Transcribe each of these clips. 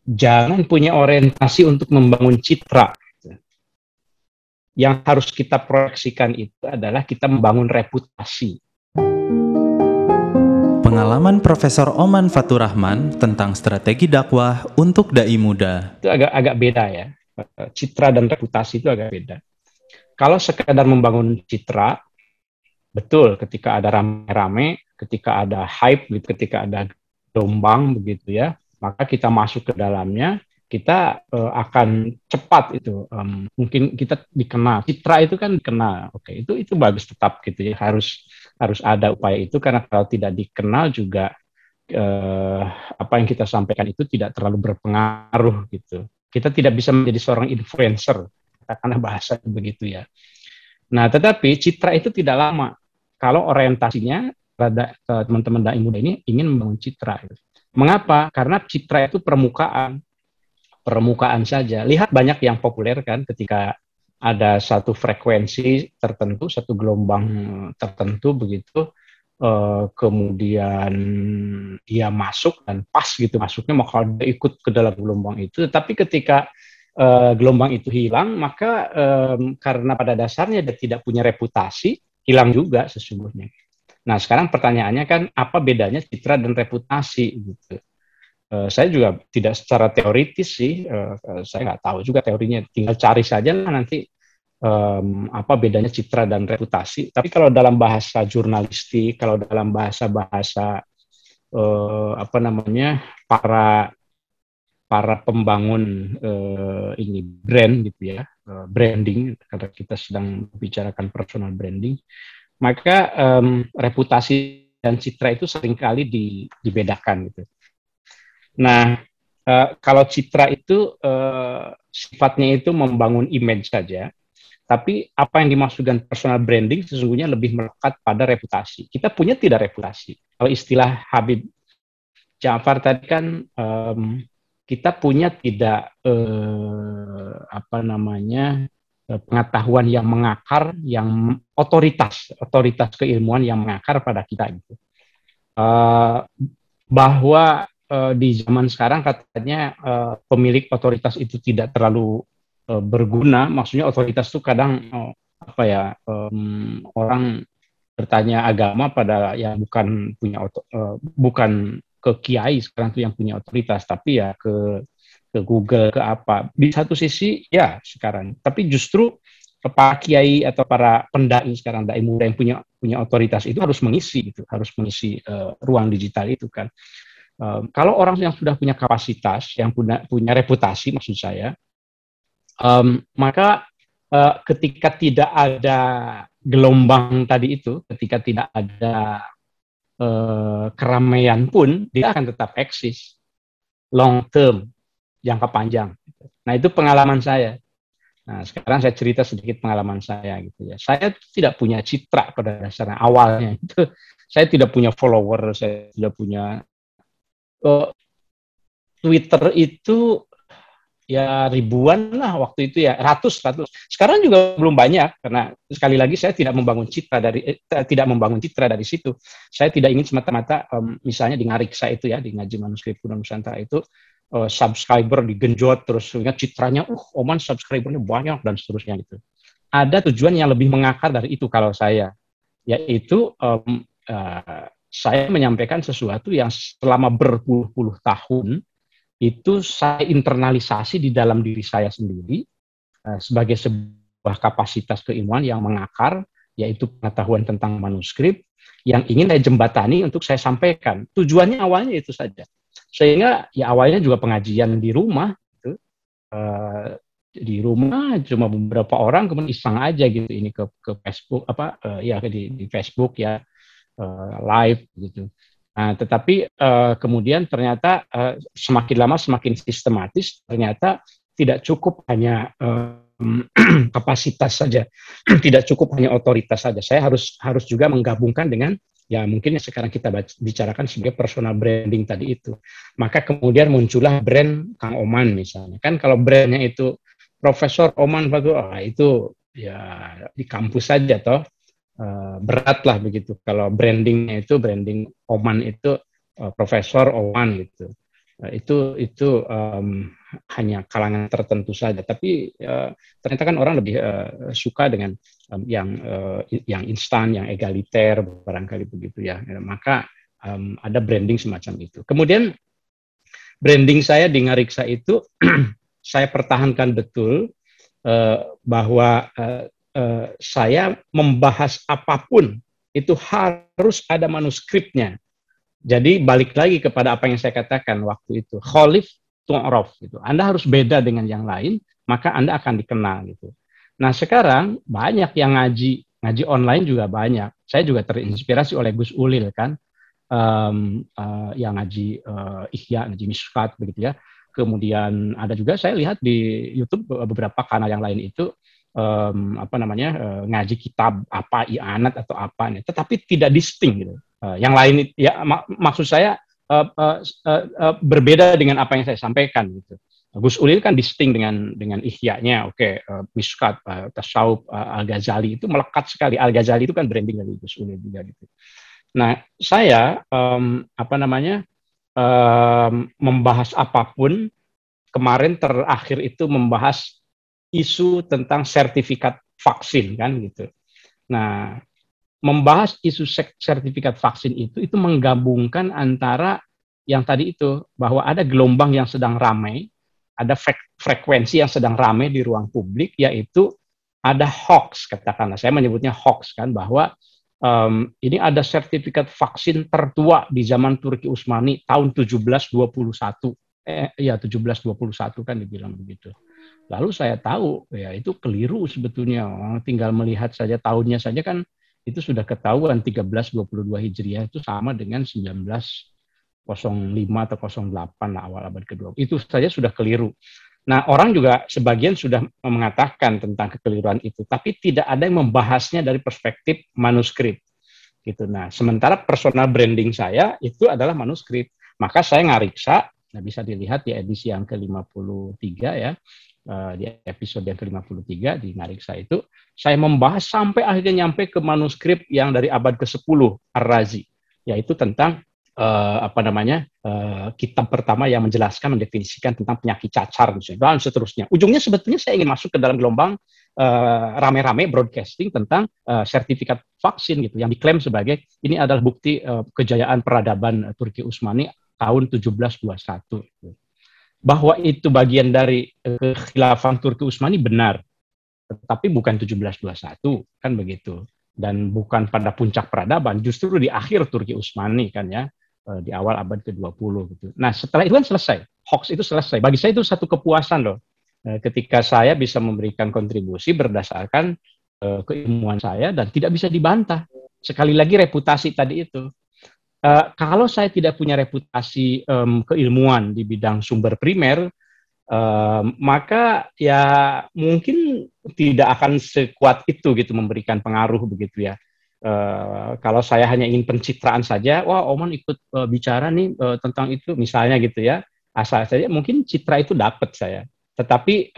jangan punya orientasi untuk membangun citra. Yang harus kita proyeksikan itu adalah kita membangun reputasi. Pengalaman Profesor Oman Faturrahman tentang strategi dakwah untuk dai muda. Itu agak beda ya. Citra dan reputasi itu agak beda. Kalau sekedar membangun citra, betul ketika ada rame-rame, ketika ada hype, ketika ada gelombang begitu ya, maka kita masuk ke dalamnya, kita akan cepat itu mungkin kita dikenal. Citra itu kan dikenal. Oke, itu bagus tetap gitu ya. Harus ada upaya itu, karena kalau tidak dikenal juga apa yang kita sampaikan itu tidak terlalu berpengaruh gitu. Kita tidak bisa menjadi seorang influencer, karena bahasa begitu ya. Nah, tetapi citra itu tidak lama. Kalau orientasinya teman-teman dai muda ini ingin membangun citra. Mengapa? Karena citra itu permukaan saja. Lihat banyak yang populer kan ketika ada satu frekuensi tertentu, satu gelombang tertentu begitu, kemudian dia masuk dan pas gitu masuknya, maka dia ikut ke dalam gelombang itu. Tapi ketika gelombang itu hilang, maka karena pada dasarnya dia tidak punya reputasi, hilang juga sesungguhnya. Nah, sekarang pertanyaannya kan, apa bedanya citra dan reputasi gitu? Saya juga tidak secara teoritis sih, saya nggak tahu juga teorinya, tinggal cari saja nanti apa bedanya citra dan reputasi. Tapi kalau dalam bahasa jurnalistik, kalau dalam bahasa apa namanya, para pembangun ini brand gitu ya, branding, karena kita sedang membicarakan personal branding, maka reputasi dan citra itu seringkali dibedakan gitu. Nah, kalau citra itu sifatnya itu membangun image saja, tapi apa yang dimaksudkan personal branding sesungguhnya lebih melekat pada reputasi. Kita punya tidak reputasi. Kalau istilah Habib Ja'far tadi kan, kita punya tidak apa namanya, pengetahuan yang mengakar, yang otoritas keilmuan yang mengakar pada kita gitu. Bahwa di zaman sekarang katanya pemilik otoritas itu tidak terlalu berguna. Maksudnya otoritas itu kadang apa ya, orang bertanya agama pada yang bukan punya bukan ke kiai sekarang itu yang punya otoritas, tapi ya ke Google, ke apa. Di satu sisi ya sekarang, tapi justru para kiai atau para pendai sekarang, dai muda yang punya otoritas itu harus mengisi ruang digital itu kan. Kalau orang yang sudah punya kapasitas, yang punya reputasi maksud saya, maka ketika tidak ada gelombang tadi itu, ketika tidak ada keramaian pun, dia akan tetap eksis long term, jangka panjang. Nah, itu pengalaman saya. Nah, sekarang saya cerita sedikit pengalaman saya gitu ya. Saya tidak punya citra pada dasarnya awalnya itu. Saya tidak punya follower, saya tidak punya Twitter itu ya ribuan lah waktu itu ya, ratus. Sekarang juga belum banyak, karena sekali lagi saya tidak membangun citra dari situ. Saya tidak ingin semata-mata misalnya di Ngariksa itu ya, di Ngaji Manuskrip Kuno Nusantara itu subscriber digenjot terus, sehingga citranya Oman subscribernya banyak dan seterusnya gitu. Ada tujuan yang lebih mengakar dari itu kalau saya, yaitu saya menyampaikan sesuatu yang selama berpuluh-puluh tahun itu saya internalisasi di dalam diri saya sendiri sebagai sebuah kapasitas keilmuan yang mengakar, yaitu pengetahuan tentang manuskrip yang ingin saya jembatani untuk saya sampaikan. Tujuannya awalnya itu saja. Sehingga ya awalnya juga pengajian di rumah gitu. Di rumah cuma beberapa orang, kemudian iseng aja gitu ini ke Facebook di Facebook ya, live gitu. Nah, tetapi kemudian ternyata semakin lama semakin sistematis, ternyata tidak cukup hanya kapasitas saja, tidak cukup hanya otoritas saja. Saya harus juga menggabungkan dengan ya mungkin yang sekarang kita bicarakan sebagai personal branding tadi itu. Maka kemudian muncullah brand Kang Oman misalnya. Kan kalau brandnya itu Profesor Oman itu ya di kampus saja toh. Berat lah begitu. Kalau brandingnya itu branding Oman itu Profesor Oman gitu. Itu hanya kalangan tertentu saja. Tapi ternyata kan orang lebih suka dengan yang instan, yang egaliter, barangkali begitu ya. Maka ada branding semacam itu. Kemudian branding saya di Ngariksa itu saya pertahankan betul bahwa saya membahas apapun itu harus ada manuskripnya. Jadi balik lagi kepada apa yang saya katakan waktu itu, kholif tu'rof gitu. Anda harus beda dengan yang lain, maka Anda akan dikenal gitu. Nah sekarang banyak yang ngaji online juga banyak. Saya juga terinspirasi oleh Gus Ulil kan, yang ngaji Ihya, ngaji Mishkat begitu ya. Kemudian ada juga saya lihat di YouTube beberapa kanal yang lain itu ngaji kitab apa I'anat atau apa nih, tetapi tidak distinct gitu. Yang lain ya maksud saya berbeda dengan apa yang saya sampaikan gitu. Gus Ulil kan distinct dengan Ihya-nya, oke, Mishkat, Tasawuf, Al-Ghazali itu melekat sekali. Al-Ghazali itu kan branding dari Gus Ulil juga gitu. Nah, saya membahas apapun. Kemarin terakhir itu membahas isu tentang sertifikat vaksin kan gitu. Nah, membahas isu sertifikat vaksin itu menggabungkan antara yang tadi itu bahwa ada gelombang yang sedang ramai, ada frekuensi yang sedang ramai di ruang publik, yaitu ada hoax, katakanlah saya menyebutnya hoax kan, bahwa ini ada sertifikat vaksin tertua di zaman Turki Utsmani tahun 1721. 1721 kan dibilang begitu. Lalu saya tahu ya itu keliru sebetulnya. Tinggal melihat saja tahunnya saja kan itu sudah ketahuan 1322 Hijriah itu sama dengan 1905 atau 08 lah, awal abad ke-20. Itu saja sudah keliru. Nah, orang juga sebagian sudah mengatakan tentang kekeliruan itu, tapi tidak ada yang membahasnya dari perspektif manuskrip. Gitu. Nah, sementara personal branding saya itu adalah manuskrip. Maka saya ngariksa. Nah, bisa dilihat di edisi yang ke-53 ya, di episode yang ke-53 di Ngariksa itu, saya membahas sampai akhirnya nyampe ke manuskrip yang dari abad ke-10, Ar-Razi, yaitu tentang kitab pertama yang menjelaskan, mendefinisikan tentang penyakit cacar, dan seterusnya. Ujungnya sebetulnya saya ingin masuk ke dalam gelombang rame-rame broadcasting tentang sertifikat vaksin gitu, yang diklaim sebagai ini adalah bukti kejayaan peradaban Turki Utsmani tahun 1721. Bahwa itu bagian dari kekhilafan Turki Utsmani benar, tetapi bukan 1721 kan begitu, dan bukan pada puncak peradaban, justru di akhir Turki Utsmani kan ya, di awal abad ke-20 gitu. Nah setelah itu kan selesai, hoax itu selesai. Bagi saya itu satu kepuasan loh, ketika saya bisa memberikan kontribusi berdasarkan keilmuan saya dan tidak bisa dibantah. Sekali lagi reputasi tadi itu. Kalau saya tidak punya reputasi keilmuan di bidang sumber primer, maka ya mungkin tidak akan sekuat itu gitu memberikan pengaruh begitu ya. Kalau saya hanya ingin pencitraan saja, wah Oman ikut bicara nih tentang itu misalnya gitu ya, asal saja mungkin citra itu dapat saya. Tetapi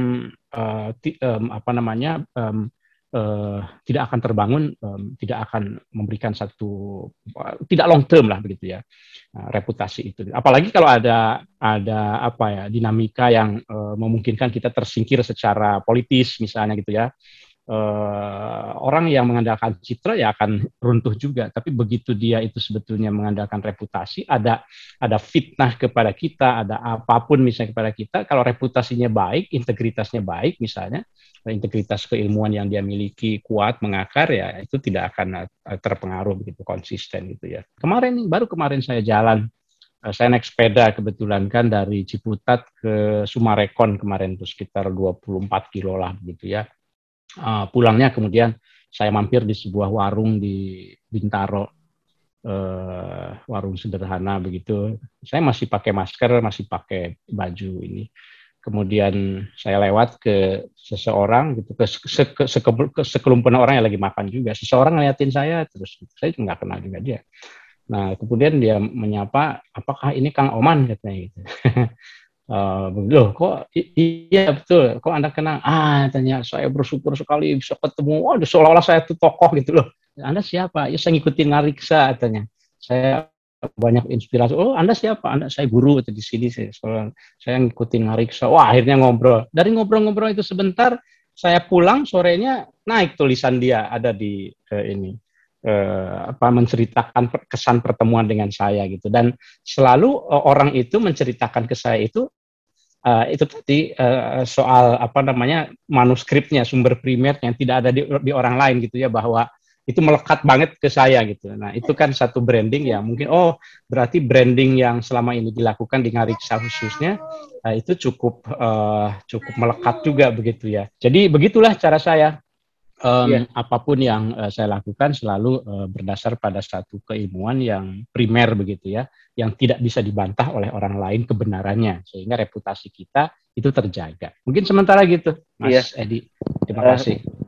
tidak akan terbangun, tidak akan memberikan satu, tidak long term lah begitu ya, reputasi itu. Apalagi kalau ada dinamika yang memungkinkan kita tersingkir secara politis misalnya gitu ya. Orang yang mengandalkan citra ya akan runtuh juga. Tapi begitu dia itu sebetulnya mengandalkan reputasi, ada fitnah kepada kita, ada apapun misalnya kepada kita, kalau reputasinya baik, integritasnya baik misalnya, integritas keilmuan yang dia miliki kuat, mengakar, ya itu tidak akan terpengaruh begitu, konsisten gitu ya. Baru kemarin saya jalan, saya naik sepeda kebetulan kan dari Ciputat ke Sumarekon kemarin, itu sekitar 24 kilo lah begitu ya. Pulangnya kemudian saya mampir di sebuah warung di Bintaro, warung sederhana begitu. Saya masih pakai masker, masih pakai baju ini. Kemudian saya lewat ke seseorang gitu, ke sekelumpulan orang yang lagi makan juga. Seseorang ngeliatin saya, terus saya nggak kenal juga dia. Nah kemudian dia menyapa, apakah ini Kang Oman katanya gitu. Loh kok iya betul, kok Anda kenal? Tanya, saya bersyukur sekali bisa ketemu. Seolah-olah saya tuh tokoh gitu loh. Anda siapa? Ya saya ngikutin Ngariksa, katanya. Saya banyak inspirasi. Oh, Anda siapa? Anda saya guru di sini, saya ngikutin ngariksa. Wah, akhirnya ngobrol. Dari ngobrol-ngobrol itu sebentar, saya pulang sorenya naik tulisan dia ada di ini menceritakan kesan pertemuan dengan saya gitu. Dan selalu orang itu menceritakan ke saya itu tadi soal manuskripnya, sumber primer yang tidak ada di orang lain gitu ya, bahwa itu melekat banget ke saya gitu. Nah, itu kan satu branding ya, mungkin berarti branding yang selama ini dilakukan di Ngariksa khususnya itu cukup melekat juga begitu ya. Jadi begitulah cara saya. Apapun yang saya lakukan selalu berdasar pada satu keilmuan yang primer begitu ya, yang tidak bisa dibantah oleh orang lain kebenarannya, sehingga reputasi kita itu terjaga. Mungkin sementara gitu, Mas Edi. Terima kasih.